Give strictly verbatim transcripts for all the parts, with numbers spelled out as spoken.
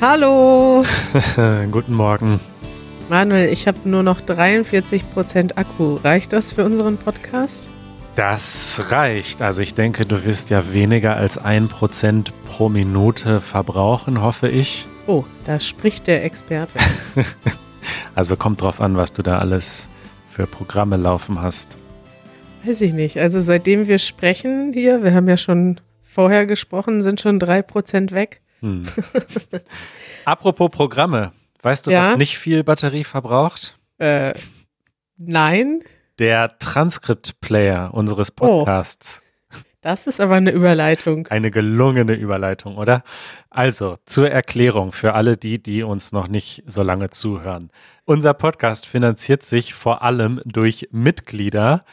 Hallo. Guten Morgen. Manuel, ich habe nur noch dreiundvierzig Prozent Akku. Reicht das für unseren Podcast? Das reicht. Also ich denke, du wirst ja weniger als ein Prozent pro Minute verbrauchen, hoffe ich. Oh, da spricht der Experte. Also kommt drauf an, was du da alles für Programme laufen hast. Weiß ich nicht. Also seitdem wir sprechen hier, wir haben ja schon vorher gesprochen, sind schon drei Prozent weg. Hm. Apropos Programme. Weißt du, Ja? was nicht viel Batterie verbraucht? Äh, nein. Der Transkript-Player unseres Podcasts. Das ist aber eine Überleitung. Eine gelungene Überleitung, oder? Also, zur Erklärung für alle die, die uns noch nicht so lange zuhören. Unser Podcast finanziert sich vor allem durch Mitglieder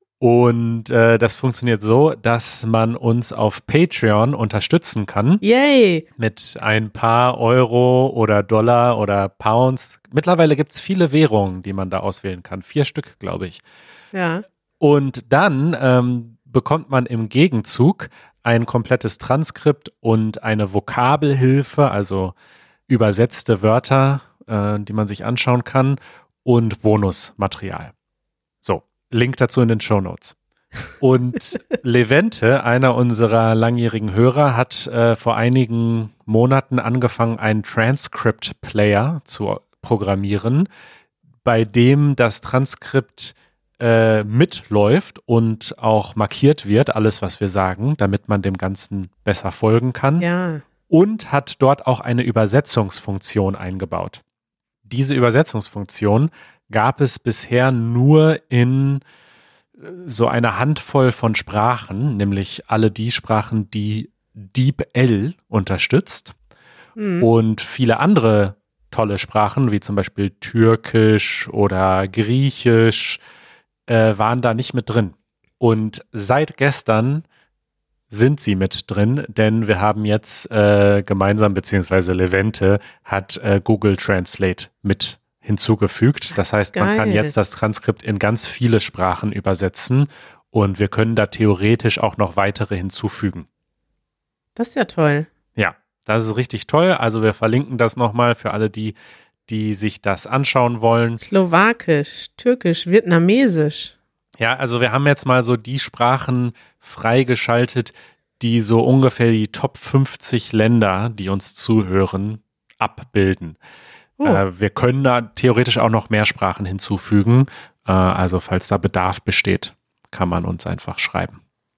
und äh, das funktioniert so, dass man uns auf Patreon unterstützen kann. Yay! Mit ein paar Euro oder Dollar oder Pounds. Mittlerweile gibt es viele Währungen, die man da auswählen kann. Vier Stück, glaube ich. Ja. Und dann ähm, bekommt man im Gegenzug ein komplettes Transkript und eine Vokabelhilfe, also übersetzte Wörter, äh, die man sich anschauen kann und Bonusmaterial. So, Link dazu in den Shownotes. Und Levente, einer unserer langjährigen Hörer, hat äh, vor einigen Monaten angefangen, einen Transcript-Player zu programmieren, bei dem das Transkript äh, mitläuft und auch markiert wird, alles, was wir sagen, damit man dem Ganzen besser folgen kann. Ja. Und hat dort auch eine Übersetzungsfunktion eingebaut. Diese Übersetzungsfunktion gab es bisher nur in so einer Handvoll von Sprachen, nämlich alle die Sprachen, die DeepL unterstützt. Hm. Und viele andere tolle Sprachen, wie zum Beispiel Türkisch oder Griechisch, äh, waren da nicht mit drin. Und seit gestern sind sie mit drin, denn wir haben jetzt äh, gemeinsam, beziehungsweise Levente hat äh, Google Translate mit hinzugefügt. Das heißt, man Geil. kann jetzt das Transkript in ganz viele Sprachen übersetzen und wir können da theoretisch auch noch weitere hinzufügen. Das ist ja toll. Ja, das ist richtig toll. Also wir verlinken das nochmal für alle, die, die sich das anschauen wollen. Slowakisch, Türkisch, Vietnamesisch. Ja, also wir haben jetzt mal so die Sprachen freigeschaltet, die so ungefähr die Top fünfzig Länder, die uns zuhören, abbilden. Oh. Äh, wir können da theoretisch auch noch mehr Sprachen hinzufügen. Äh, also falls da Bedarf besteht, kann man uns einfach schreiben.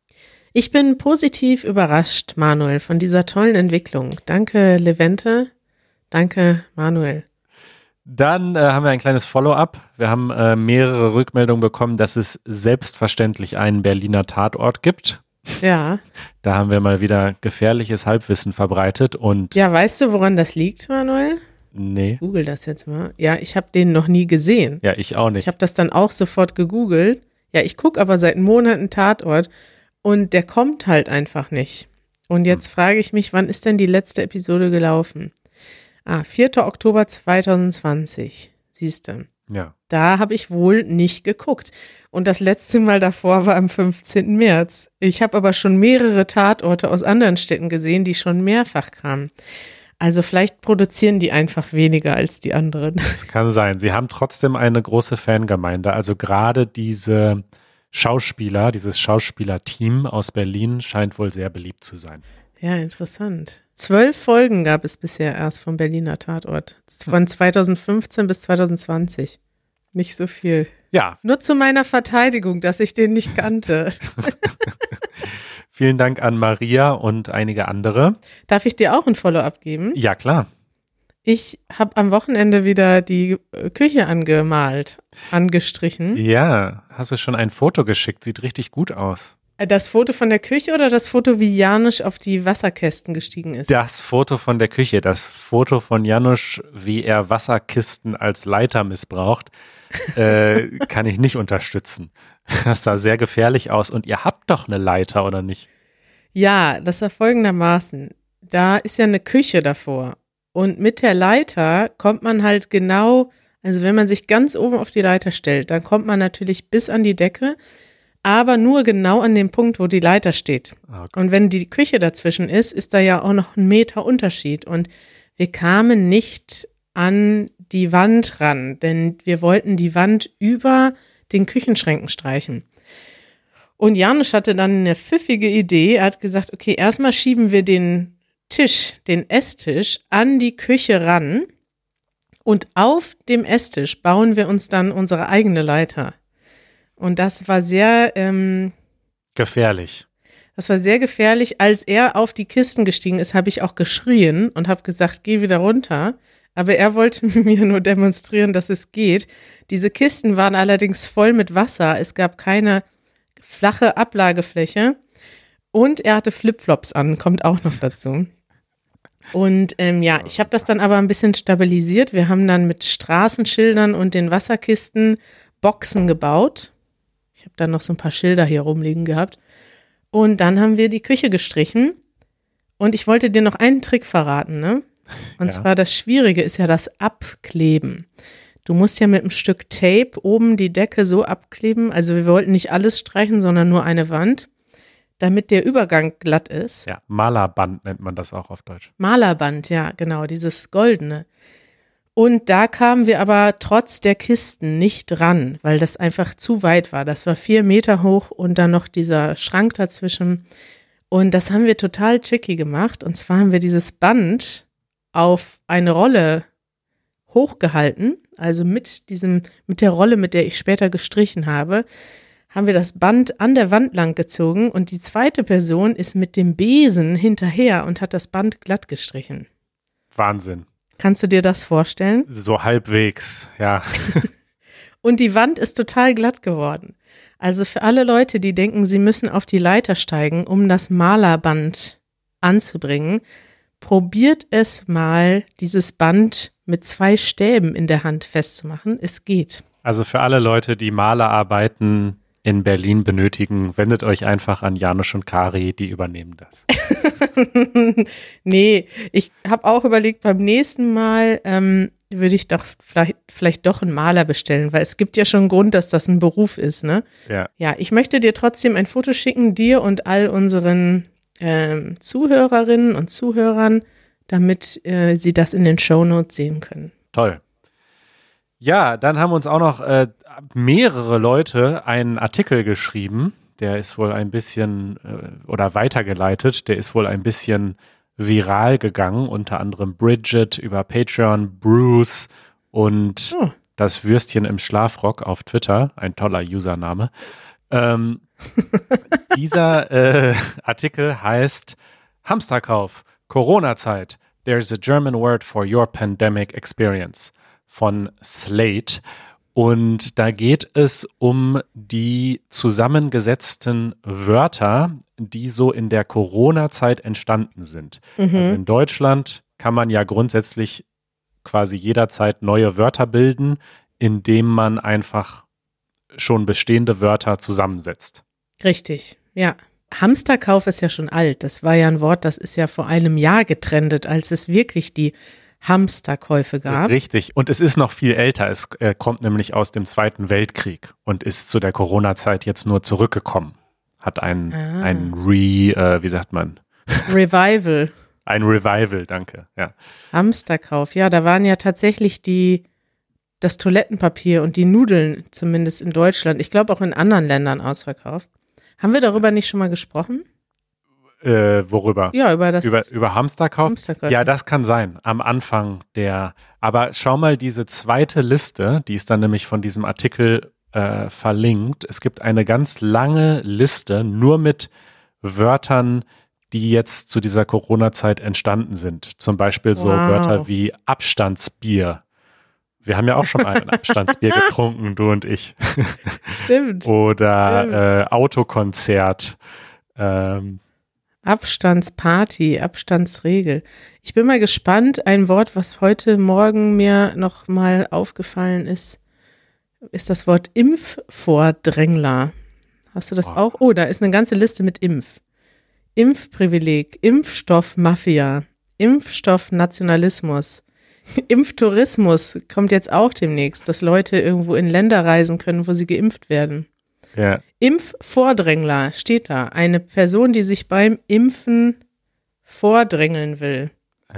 Ich bin positiv überrascht, Manuel, von dieser tollen Entwicklung. Danke, Levente. Danke, Manuel. Dann äh, haben wir ein kleines Follow-up. Wir haben äh, mehrere Rückmeldungen bekommen, dass es selbstverständlich einen Berliner Tatort gibt. Ja. Da haben wir mal wieder gefährliches Halbwissen verbreitet und Ja, weißt du, woran das liegt, Manuel? nee, Google das jetzt mal. Ja, ich habe den noch nie gesehen. ja, ich auch Ich nicht. habe das dann auch sofort gegoogelt. Ja, ich gucke aber seit Monaten Tatort und der kommt halt einfach nicht. Und jetzt frage ich mich, wann ist denn die letzte Episode gelaufen? Ah, vierter Oktober zweitausendzwanzig. Siehst du. Ja. Da habe ich wohl nicht geguckt. Und das letzte Mal davor war am fünfzehnten März. Ich habe aber schon mehrere Tatorte aus anderen Städten gesehen, die schon mehrfach kamen. Also vielleicht produzieren die einfach weniger als die anderen. Das kann sein. Sie haben trotzdem eine große Fangemeinde. Also gerade diese Schauspieler, dieses Schauspielerteam aus Berlin scheint wohl sehr beliebt zu sein. Ja, interessant. Zwölf Folgen gab es bisher erst vom Berliner Tatort. Von zweitausendfünfzehn bis zweitausendzwanzig. Nicht so viel. Ja, Nur zu meiner Verteidigung, dass ich den nicht kannte. vielen Dank an Maria und einige andere. Darf ich dir auch ein Follow-up geben? Ja, klar. Ich habe am Wochenende wieder die äh, Küche angemalt, angestrichen. Ja, hast du schon ein Foto geschickt? Sieht richtig gut aus. Das Foto von der Küche oder das Foto, wie Janusz auf die Wasserkästen gestiegen ist? Das Foto von der Küche, das Foto von Janusz, wie er Wasserkisten als Leiter missbraucht, äh, kann ich nicht unterstützen. Das sah sehr gefährlich aus. Und ihr habt doch eine Leiter, oder nicht? Ja, das war folgendermaßen. Da ist ja eine Küche davor. Und mit der Leiter kommt man halt genau, also wenn man sich ganz oben auf die Leiter stellt, dann kommt man natürlich bis an die Decke, aber nur genau an dem Punkt, wo die Leiter steht. Okay. Und wenn die Küche dazwischen ist, ist da ja auch noch ein Meter Unterschied. Und wir kamen nicht an die Wand ran, denn wir wollten die Wand über den Küchenschränken streichen. Und Janusz hatte dann eine pfiffige Idee. Er hat gesagt, okay, erstmal schieben wir den Tisch, den Esstisch an die Küche ran und auf dem Esstisch bauen wir uns dann unsere eigene Leiter. Und das war sehr ähm, gefährlich. Das war sehr gefährlich. Als er auf die Kisten gestiegen ist, habe ich auch geschrien und habe gesagt, geh wieder runter. Aber er wollte mir nur demonstrieren, dass es geht. Diese Kisten waren allerdings voll mit Wasser. Es gab keine flache Ablagefläche. Und er hatte Flipflops an, kommt auch noch dazu. Und ähm, ja, ich habe das dann aber ein bisschen stabilisiert. Wir haben dann mit Straßenschildern und den Wasserkisten Boxen gebaut. Ich habe dann noch so ein paar Schilder hier rumliegen gehabt. Und dann haben wir die Küche gestrichen. Und ich wollte dir noch einen Trick verraten, ne? Und ja. zwar das Schwierige ist ja das Abkleben. Du musst ja mit einem Stück Tape oben die Decke so abkleben. Also wir wollten nicht alles streichen, sondern nur eine Wand, damit der Übergang glatt ist. Ja, Malerband nennt man das auch auf Deutsch. Malerband, ja, genau, dieses Goldene. Und da kamen wir aber trotz der Kisten nicht ran, weil das einfach zu weit war. Das war vier Meter hoch und dann noch dieser Schrank dazwischen. Und das haben wir total tricky gemacht. Und zwar haben wir dieses Band auf eine Rolle hochgehalten, also mit diesem, mit der Rolle, mit der ich später gestrichen habe, haben wir das Band an der Wand lang gezogen und die zweite Person ist mit dem Besen hinterher und hat das Band glatt gestrichen. Wahnsinn. Kannst du dir das vorstellen? So halbwegs, ja. Und die Wand ist total glatt geworden. Also für alle Leute, die denken, sie müssen auf die Leiter steigen, um das Malerband anzubringen, probiert es mal, dieses Band mit zwei Stäben in der Hand festzumachen. Es geht. Also für alle Leute, die Malerarbeiten in Berlin benötigen, wendet euch einfach an Janusz und Kari, die übernehmen das. Nee, ich habe auch überlegt, beim nächsten Mal ähm, würde ich doch vielleicht, vielleicht doch einen Maler bestellen, weil es gibt ja schon einen Grund, dass das ein Beruf ist, ne? Ja. Ja, ich möchte dir trotzdem ein Foto schicken, dir und all unseren ähm, Zuhörerinnen und Zuhörern, damit äh, sie das in den Shownotes sehen können. Toll. Ja, dann haben uns auch noch äh, mehrere Leute einen Artikel geschrieben, der ist wohl ein bisschen, äh, oder weitergeleitet, der ist wohl ein bisschen viral gegangen, unter anderem Bridget über Patreon, Bruce und oh. das Würstchen im Schlafrock auf Twitter, ein toller Username. Ähm, dieser äh, Artikel heißt Hamsterkauf, Corona-Zeit, there's a German word for your pandemic experience von Slate. Und da geht es um die zusammengesetzten Wörter, die so in der Corona-Zeit entstanden sind. Mhm. Also in Deutschland kann man ja grundsätzlich quasi jederzeit neue Wörter bilden, indem man einfach schon bestehende Wörter zusammensetzt. Richtig, ja. Hamsterkauf ist ja schon alt. Das war ja ein Wort, das ist ja vor einem Jahr getrendet, als es wirklich die Hamsterkäufe gab. Richtig. Und es ist noch viel älter. Es äh, kommt nämlich aus dem Zweiten Weltkrieg und ist zu der Corona-Zeit jetzt nur zurückgekommen. Hat ein, ah. ein Re, äh, wie sagt man? Revival. Ein Revival, danke. Ja. Hamsterkauf. Ja, da waren ja tatsächlich die, das Toilettenpapier und die Nudeln, zumindest in Deutschland, ich glaube auch in anderen Ländern ausverkauft. Haben wir darüber nicht schon mal gesprochen? Äh, worüber? Ja, über das. Über, über Hamsterkauf? Hamsterkauf? Ja, das kann sein. Am Anfang der. Aber schau mal diese zweite Liste, die ist dann nämlich von diesem Artikel äh, verlinkt. Es gibt eine ganz lange Liste nur mit Wörtern, die jetzt zu dieser Corona-Zeit entstanden sind. Zum Beispiel so wow. Wörter wie Abstandsbier. Wir haben ja auch schon mal ein Abstandsbier getrunken, du und ich. Stimmt. Oder Stimmt. Äh, Autokonzert. Ähm, Abstandsparty, Abstandsregel. Ich bin mal gespannt, ein Wort, was heute Morgen mir noch mal aufgefallen ist, ist das Wort Impfvordrängler. Hast du das oh. auch? Oh, da ist eine ganze Liste mit Impf. Impfprivileg, Impfstoffmafia, Impfstoffnationalismus, Impftourismus kommt jetzt auch demnächst, dass Leute irgendwo in Länder reisen können, wo sie geimpft werden. Ja. Impfvordrängler steht da. Eine Person, die sich beim Impfen vordrängeln will. Ja.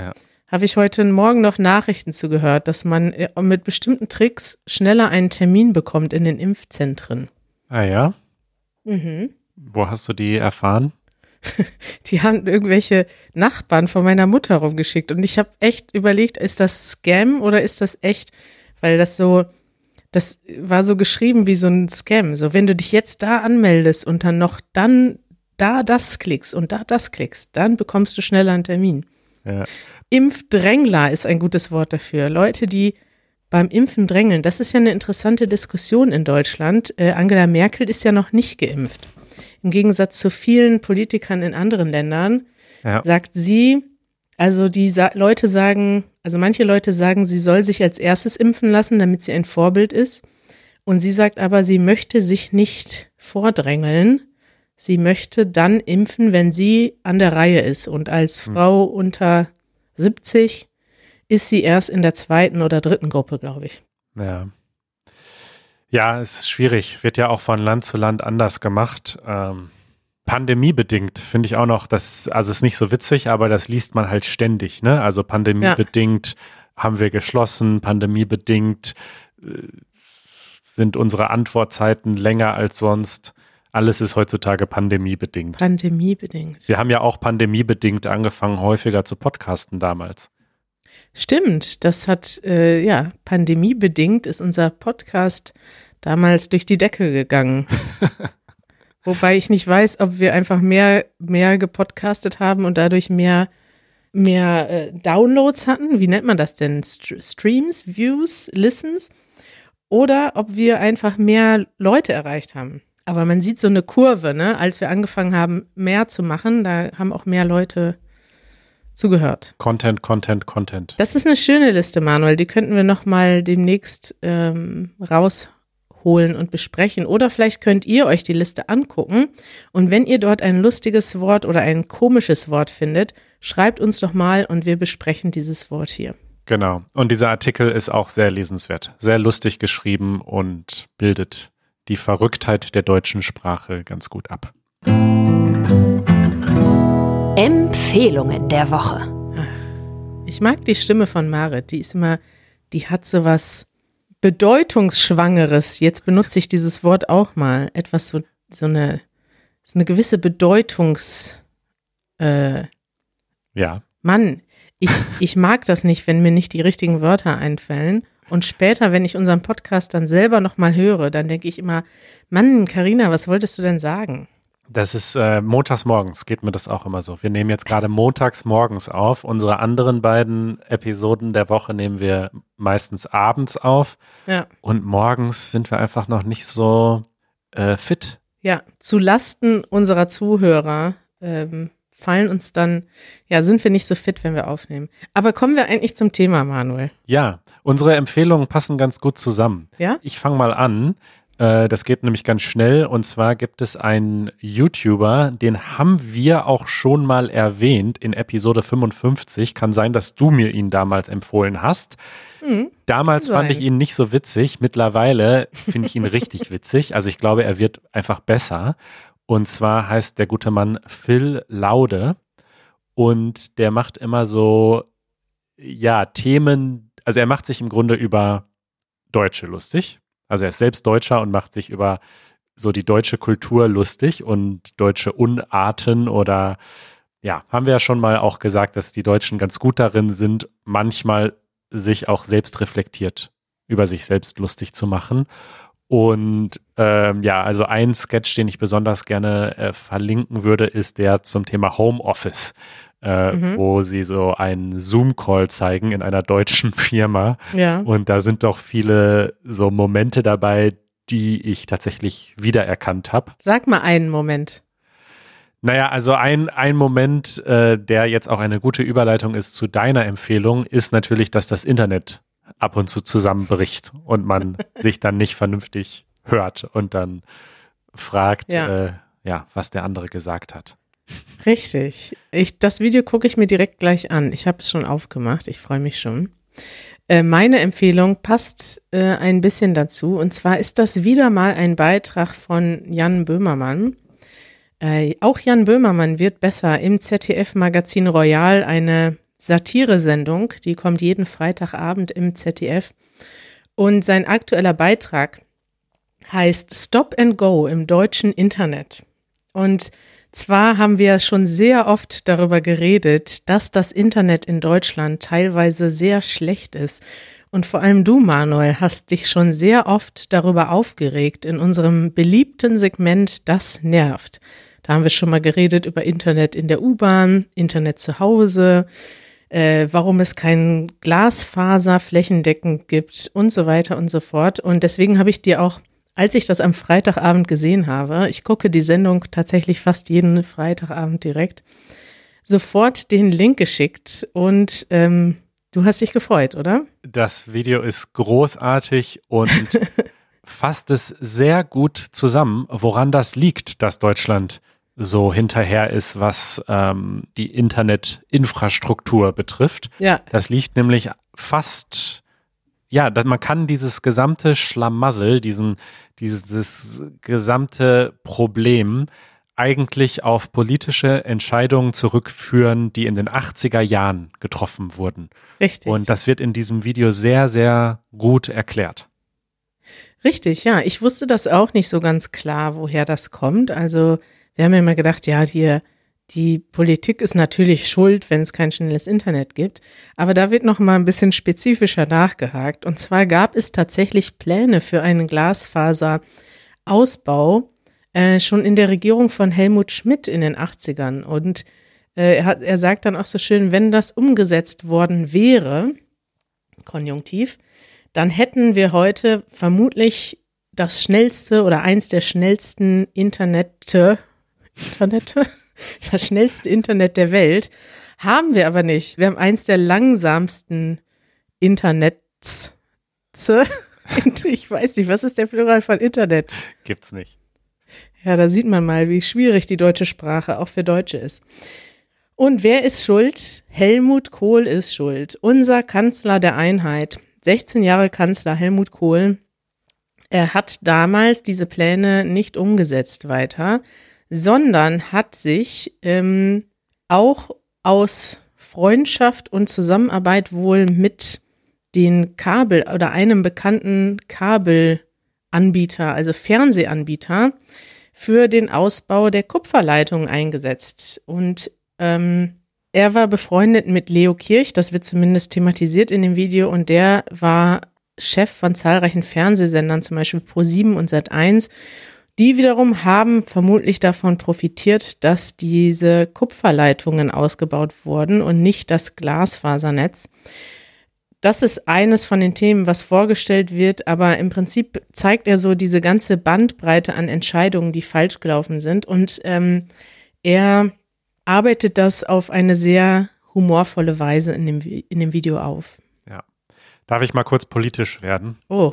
Habe ich heute Morgen noch Nachrichten zugehört, dass man mit bestimmten Tricks schneller einen Termin bekommt in den Impfzentren. Ah ja? Mhm. Wo hast du die erfahren? Die haben irgendwelche Nachbarn von meiner Mutter rumgeschickt und ich habe echt überlegt, ist das Scam oder ist das echt? Weil das so, das war so geschrieben wie so ein Scam. So, wenn du dich jetzt da anmeldest und dann noch dann da das klickst und da das klickst, dann bekommst du schneller einen Termin. Ja. Impfdrängler ist ein gutes Wort dafür. Leute, die beim Impfen drängeln. Das ist ja eine interessante Diskussion in Deutschland. Äh, Angela Merkel ist ja noch nicht geimpft. Im Gegensatz zu vielen Politikern in anderen Ländern ja. sagt sie, also die Sa- Leute sagen, also manche Leute sagen, sie soll sich als erstes impfen lassen, damit sie ein Vorbild ist. Und sie sagt aber, sie möchte sich nicht vordrängeln. Sie möchte dann impfen, wenn sie an der Reihe ist. Und als hm. Frau unter siebzig ist sie erst in der zweiten oder dritten Gruppe, glaube ich. Ja. Ja, es ist schwierig. Wird ja auch von Land zu Land anders gemacht. Ähm, pandemiebedingt finde ich auch noch, das, also es ist nicht so witzig, aber das liest man halt ständig, ne? Also pandemiebedingt ja. haben wir geschlossen, pandemiebedingt äh, sind unsere Antwortzeiten länger als sonst. Alles ist heutzutage pandemiebedingt. Pandemiebedingt. Wir haben ja auch pandemiebedingt angefangen, häufiger zu podcasten damals. Stimmt, das hat, äh, ja, pandemiebedingt ist unser Podcast damals durch die Decke gegangen. Wobei ich nicht weiß, ob wir einfach mehr, mehr gepodcastet haben und dadurch mehr, mehr äh, Downloads hatten. Wie nennt man das denn? St- Streams, Views, Listens? Oder ob wir einfach mehr Leute erreicht haben. Aber man sieht so eine Kurve, ne? Als wir angefangen haben, mehr zu machen, da haben auch mehr Leute zugehört. Content, Content, Content. Das ist eine schöne Liste, Manuel. Die könnten wir noch mal demnächst ähm, rausholen und besprechen. Oder vielleicht könnt ihr euch die Liste angucken. Und wenn ihr dort ein lustiges Wort oder ein komisches Wort findet, schreibt uns doch mal und wir besprechen dieses Wort hier. Genau. Und dieser Artikel ist auch sehr lesenswert. Sehr lustig geschrieben und bildet die Verrücktheit der deutschen Sprache ganz gut ab. Empfehlungen der Woche. Ich mag die Stimme von Marit, die ist immer, die hat so was Bedeutungsschwangeres. Jetzt benutze ich dieses Wort auch mal. Etwas so, so eine, so eine gewisse Bedeutungs, äh, ja. Mann, ich, ich mag das nicht, wenn mir nicht die richtigen Wörter einfallen. Und später, wenn ich unseren Podcast dann selber nochmal höre, dann denke ich immer, Mann, Carina, was wolltest du denn sagen? Das ist äh, montags morgens, geht mir das auch immer so. Wir nehmen jetzt gerade montags morgens auf. Unsere anderen beiden Episoden der Woche nehmen wir meistens abends auf. Ja. Und morgens sind wir einfach noch nicht so äh, fit. Ja, zu Lasten unserer Zuhörer ähm, fallen uns dann, ja, sind wir nicht so fit, wenn wir aufnehmen. Aber kommen wir eigentlich zum Thema, Manuel. Ja, unsere Empfehlungen passen ganz gut zusammen. Ja? Ich fange mal an. Das geht nämlich ganz schnell und zwar gibt es einen YouTuber, den haben wir auch schon mal erwähnt in Episode fünfundfünfzig. Kann sein, dass du mir ihn damals empfohlen hast. Mhm, damals fand ich ihn nicht so witzig. Mittlerweile finde ich ihn richtig witzig. Also ich glaube, er wird einfach besser. Und zwar heißt der gute Mann Phil Laude und der macht immer so, ja, Themen, also er macht sich im Grunde über Deutsche lustig. Also er ist selbst Deutscher und macht sich über so die deutsche Kultur lustig und deutsche Unarten oder, ja, haben wir ja schon mal auch gesagt, dass die Deutschen ganz gut darin sind, manchmal sich auch selbst reflektiert über sich selbst lustig zu machen. Und ähm, ja, also ein Sketch, den ich besonders gerne äh, verlinken würde, ist der zum Thema Homeoffice. Äh, mhm. wo sie so einen Zoom-Call zeigen in einer deutschen Firma. Ja. Und da sind doch viele so Momente dabei, die ich tatsächlich wiedererkannt habe. Sag mal einen Moment. Naja, also ein, ein Moment, äh, der jetzt auch eine gute Überleitung ist zu deiner Empfehlung, ist natürlich, dass das Internet ab und zu zusammenbricht und man sich dann nicht vernünftig hört und dann fragt, ja, äh, ja, was der andere gesagt hat. Richtig. Ich, das Video gucke ich mir direkt gleich an. Ich habe es schon aufgemacht. Ich freue mich schon. Äh, meine Empfehlung passt äh, ein bisschen dazu. Und zwar ist das wieder mal ein Beitrag von Jan Böhmermann. Äh, auch Jan Böhmermann wird besser. Im Z D F-Magazin Royal eine Satiresendung, die kommt jeden Freitagabend im Z D F. Und sein aktueller Beitrag heißt Stop and Go im deutschen Internet. Und zwar haben wir schon sehr oft darüber geredet, dass das Internet in Deutschland teilweise sehr schlecht ist. Und vor allem du, Manuel, hast dich schon sehr oft darüber aufgeregt in unserem beliebten Segment Das nervt. Da haben wir schon mal geredet über Internet in der U-Bahn, Internet zu Hause, Äh, warum es kein Glasfaser flächendeckend gibt und so weiter und so fort. Und deswegen habe ich dir auch, als ich das am Freitagabend gesehen habe, ich gucke die Sendung tatsächlich fast jeden Freitagabend direkt, sofort den Link geschickt und ähm, du hast dich gefreut, oder? Das Video ist großartig und fasst es sehr gut zusammen, woran das liegt, dass Deutschland so hinterher ist, was ähm, die Internetinfrastruktur betrifft. Ja. Das liegt nämlich fast, ja, dass man kann dieses gesamte Schlamassel, diesen, dieses gesamte Problem eigentlich auf politische Entscheidungen zurückführen, die in den achtziger Jahren getroffen wurden. Richtig. Und das wird in diesem Video sehr, sehr gut erklärt. Richtig, ja. Ich wusste das auch nicht so ganz klar, woher das kommt. Also wir haben ja immer gedacht, ja, die, die Politik ist natürlich schuld, wenn es kein schnelles Internet gibt. Aber da wird noch mal ein bisschen spezifischer nachgehakt. Und zwar gab es tatsächlich Pläne für einen Glasfaserausbau äh, schon in der Regierung von Helmut Schmidt in den achtzigern. Und äh, er, hat, er sagt dann auch so schön, wenn das umgesetzt worden wäre, konjunktiv, dann hätten wir heute vermutlich das schnellste oder eins der schnellsten Internete, Internete, das schnellste Internet der Welt. Haben wir aber nicht. Wir haben eins der langsamsten Internets. Ich weiß nicht, was ist der Plural von Internet? Gibt's nicht. Ja, da sieht man mal, wie schwierig die deutsche Sprache auch für Deutsche ist. Und wer ist schuld? Helmut Kohl ist schuld. Unser Kanzler der Einheit. sechzehn Jahre Kanzler Helmut Kohl. Er hat damals diese Pläne nicht umgesetzt weiter, sondern hat sich ähm, auch aus Freundschaft und Zusammenarbeit wohl mit den Kabel oder einem bekannten Kabelanbieter, also Fernsehanbieter, für den Ausbau der Kupferleitung eingesetzt. Und ähm, er war befreundet mit Leo Kirch, das wird zumindest thematisiert in dem Video, und der war Chef von zahlreichen Fernsehsendern, zum Beispiel ProSieben und Sat eins. Die wiederum haben vermutlich davon profitiert, dass diese Kupferleitungen ausgebaut wurden und nicht das Glasfasernetz. Das ist eines von den Themen, was vorgestellt wird, aber im Prinzip zeigt er so diese ganze Bandbreite an Entscheidungen, die falsch gelaufen sind, und ähm, er arbeitet das auf eine sehr humorvolle Weise in dem, in dem Video auf. Ja. Darf ich mal kurz politisch werden? Oh.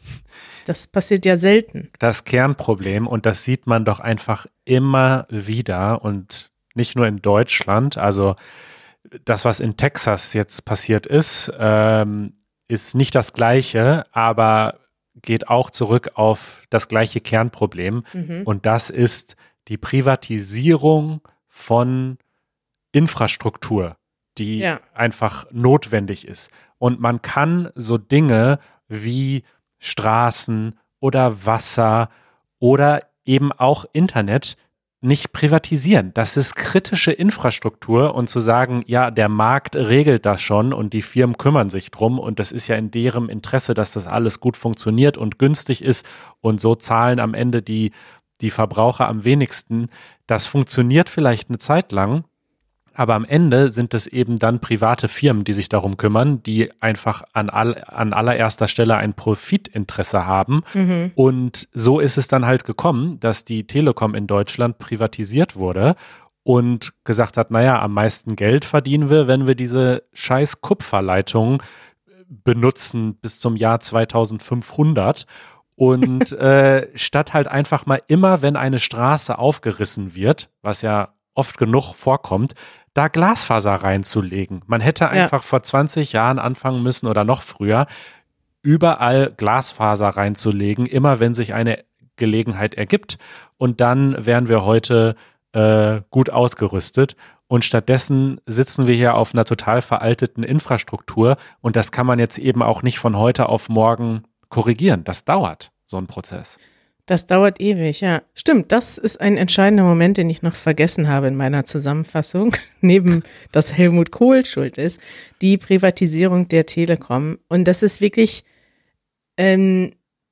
Das passiert ja selten. Das Kernproblem, und das sieht man doch einfach immer wieder und nicht nur in Deutschland, also das, was in Texas jetzt passiert ist, ähm, ist nicht das Gleiche, aber geht auch zurück auf das gleiche Kernproblem, mhm. und das ist die Privatisierung von Infrastruktur, die ja. einfach notwendig ist. Und man kann so Dinge wie Straßen oder Wasser oder eben auch Internet nicht privatisieren. Das ist kritische Infrastruktur, und zu sagen, ja, der Markt regelt das schon und die Firmen kümmern sich drum und das ist ja in deren Interesse, dass das alles gut funktioniert und günstig ist und so zahlen am Ende die, die Verbraucher am wenigsten. Das funktioniert vielleicht eine Zeit lang, aber am Ende sind es eben dann private Firmen, die sich darum kümmern, die einfach an, all, an allererster Stelle ein Profitinteresse haben. Mhm. Und so ist es dann halt gekommen, dass die Telekom in Deutschland privatisiert wurde und gesagt hat, naja, am meisten Geld verdienen wir, wenn wir diese scheiß Kupferleitungen benutzen bis zum Jahr zweitausendfünfhundert. Und äh, statt halt einfach mal immer, wenn eine Straße aufgerissen wird, was ja oft genug vorkommt, da Glasfaser reinzulegen. Man hätte einfach ja. vor zwanzig Jahren anfangen müssen oder noch früher, überall Glasfaser reinzulegen, immer wenn sich eine Gelegenheit ergibt. Und dann wären wir heute äh, gut ausgerüstet. Und stattdessen sitzen wir hier auf einer total veralteten Infrastruktur und das kann man jetzt eben auch nicht von heute auf morgen korrigieren. Das dauert, so ein Prozess. Das dauert ewig, ja. Stimmt, das ist ein entscheidender Moment, den ich noch vergessen habe in meiner Zusammenfassung, neben dass Helmut Kohl schuld ist, die Privatisierung der Telekom. Und das ist wirklich ähm,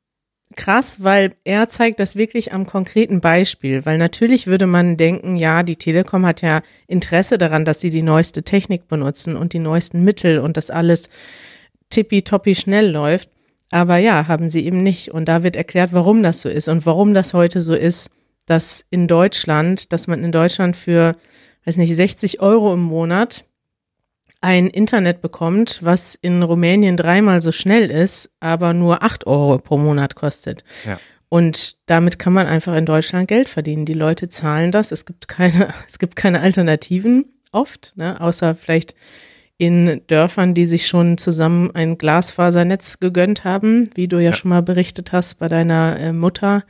krass, weil er zeigt das wirklich am konkreten Beispiel, weil natürlich würde man denken, ja, die Telekom hat ja Interesse daran, dass sie die neueste Technik benutzen und die neuesten Mittel und das alles tippitoppi schnell läuft. Aber ja, haben sie eben nicht. Und da wird erklärt, warum das so ist und warum das heute so ist, dass in Deutschland, dass man in Deutschland für, weiß nicht, sechzig Euro im Monat ein Internet bekommt, was in Rumänien dreimal so schnell ist, aber nur acht Euro pro Monat kostet. Ja. Und damit kann man einfach in Deutschland Geld verdienen. Die Leute zahlen das. Es gibt keine, es gibt keine Alternativen oft, ne, außer vielleicht in Dörfern, die sich schon zusammen ein Glasfasernetz gegönnt haben, wie du ja, ja. schon mal berichtet hast bei deiner äh, Mutter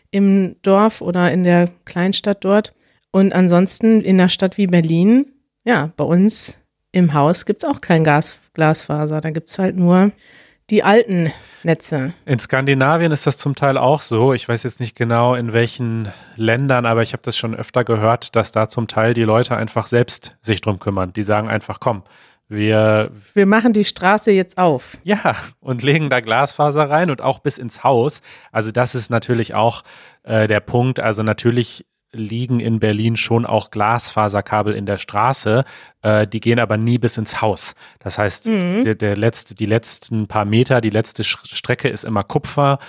im Dorf oder in der Kleinstadt dort. Und ansonsten in einer Stadt wie Berlin, ja, bei uns im Haus gibt es auch kein Gas, Glasfaser, da gibt es halt nur die alten Netze. In Skandinavien ist das zum Teil auch so. Ich weiß jetzt nicht genau, in welchen Ländern, aber ich habe das schon öfter gehört, dass da zum Teil die Leute einfach selbst sich drum kümmern. Die sagen einfach, komm, wir... Wir machen die Straße jetzt auf. Ja, und legen da Glasfaser rein und auch bis ins Haus. Also das ist natürlich auch äh, der Punkt. Also natürlich liegen in Berlin schon auch Glasfaserkabel in der Straße, äh, die gehen aber nie bis ins Haus. Das heißt, mhm. der, der letzte, die letzten paar Meter, die letzte Strecke ist immer Kupfer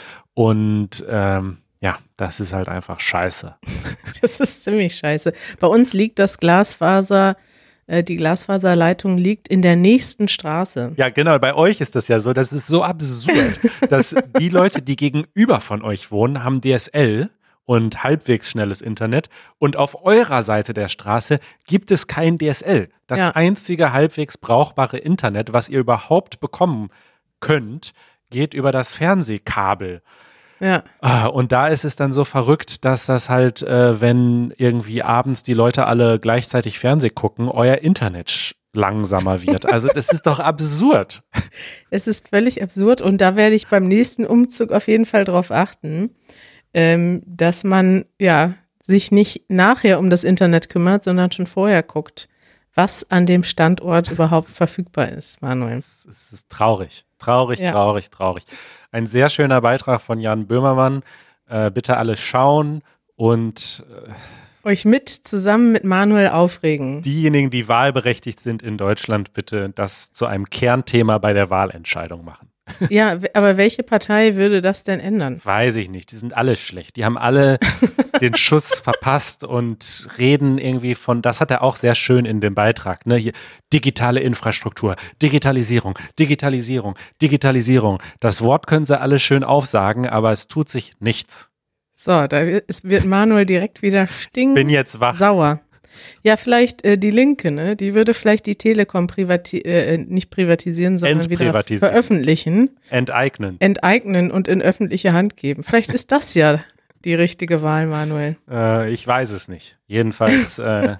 und ähm, ja, das ist halt einfach scheiße. Das ist ziemlich scheiße. Bei uns liegt das Glasfaser, äh, die Glasfaserleitung liegt in der nächsten Straße. Ja, genau, bei euch ist das ja so, das ist so absurd, dass die Leute, die gegenüber von euch wohnen, haben D S L und halbwegs schnelles Internet und auf eurer Seite der Straße gibt es kein D S L. Das ja. einzige halbwegs brauchbare Internet, was ihr überhaupt bekommen könnt, geht über das Fernsehkabel. Ja. Und da ist es dann so verrückt, dass das halt, äh, wenn irgendwie abends die Leute alle gleichzeitig Fernseh gucken, euer Internet langsamer wird. Also das ist doch absurd. Es ist völlig absurd und da werde ich beim nächsten Umzug auf jeden Fall drauf achten. Ähm, dass man ja sich nicht nachher um das Internet kümmert, sondern schon vorher guckt, was an dem Standort überhaupt verfügbar ist, Manuel. Es, es ist traurig, traurig, ja. traurig, traurig. Ein sehr schöner Beitrag von Jan Böhmermann. Äh, bitte alle schauen und äh, euch mit zusammen mit Manuel aufregen. Diejenigen, die wahlberechtigt sind in Deutschland, bitte das zu einem Kernthema bei der Wahlentscheidung machen. Ja, aber welche Partei würde das denn ändern? Weiß ich nicht. Die sind alle schlecht. Die haben alle den Schuss verpasst und reden irgendwie von, das hat er auch sehr schön in dem Beitrag, ne? Hier, digitale Infrastruktur, Digitalisierung, Digitalisierung, Digitalisierung. Das Wort können sie alle schön aufsagen, aber es tut sich nichts. So, da wird Manuel direkt wieder stinken. Bin jetzt wach. Sauer. Ja, vielleicht äh, die Linke, ne? Die würde vielleicht die Telekom privati- äh, nicht privatisieren, sondern wieder veröffentlichen. Enteignen. Enteignen und in öffentliche Hand geben. Vielleicht ist das ja die richtige Wahl, Manuel. Äh, ich weiß es nicht. Jedenfalls äh,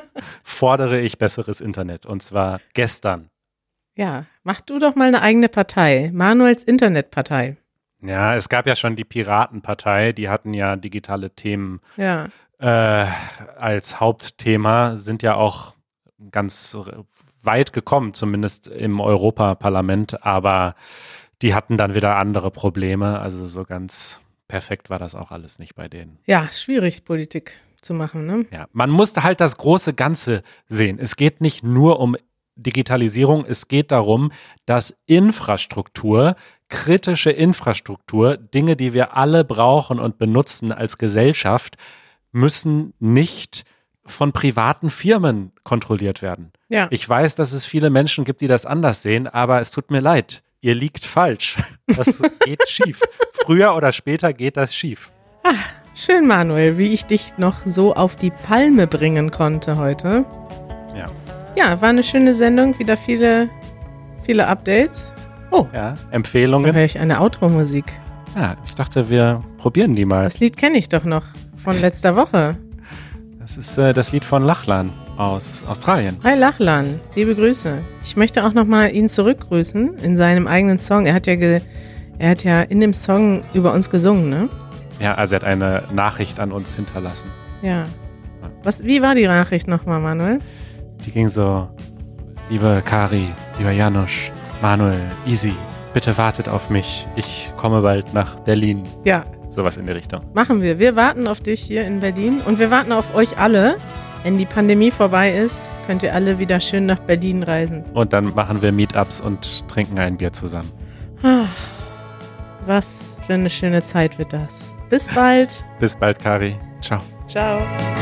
fordere ich besseres Internet und zwar gestern. Ja, mach du doch mal eine eigene Partei. Manuels Internetpartei. Ja, es gab ja schon die Piratenpartei, die hatten ja digitale Themen ja. äh, als Hauptthema, sind ja auch ganz weit gekommen, zumindest im Europaparlament, aber die hatten dann wieder andere Probleme, also so ganz perfekt war das auch alles nicht bei denen. Ja, schwierig Politik zu machen, ne? Ja, man musste halt das große Ganze sehen. Es geht nicht nur um Digitalisierung, es geht darum, dass Infrastruktur, kritische Infrastruktur, Dinge, die wir alle brauchen und benutzen als Gesellschaft, müssen nicht von privaten Firmen kontrolliert werden. Ja. Ich weiß, dass es viele Menschen gibt, die das anders sehen, aber es tut mir leid. Ihr liegt falsch. Das geht schief. Früher oder später geht das schief. Ach, schön, Manuel, wie ich dich noch so auf die Palme bringen konnte heute. Ja. Ja, war eine schöne Sendung, wieder viele, viele Updates. Oh, ja, Empfehlungen. Da höre ich eine Outro-Musik. Ja, ich dachte, wir probieren die mal. Das Lied kenne ich doch noch von letzter Woche. Das ist äh, das Lied von Lachlan aus Australien. Hi Lachlan, liebe Grüße. Ich möchte auch nochmal ihn zurückgrüßen in seinem eigenen Song. Er hat ja, ge- er hat ja in dem Song über uns gesungen, ne? Ja, also er hat eine Nachricht an uns hinterlassen. Ja. Was, wie war die Nachricht nochmal, Manuel? Die ging so: Liebe Kari, lieber Janusz, Manuel, Easy, bitte wartet auf mich. Ich komme bald nach Berlin. Ja. Sowas in die Richtung. Machen wir. Wir warten auf dich hier in Berlin und wir warten auf euch alle. Wenn die Pandemie vorbei ist, könnt ihr alle wieder schön nach Berlin reisen. Und dann machen wir Meetups und trinken ein Bier zusammen. Ach, was für eine schöne Zeit wird das. Bis bald. Bis bald, Kari. Ciao. Ciao.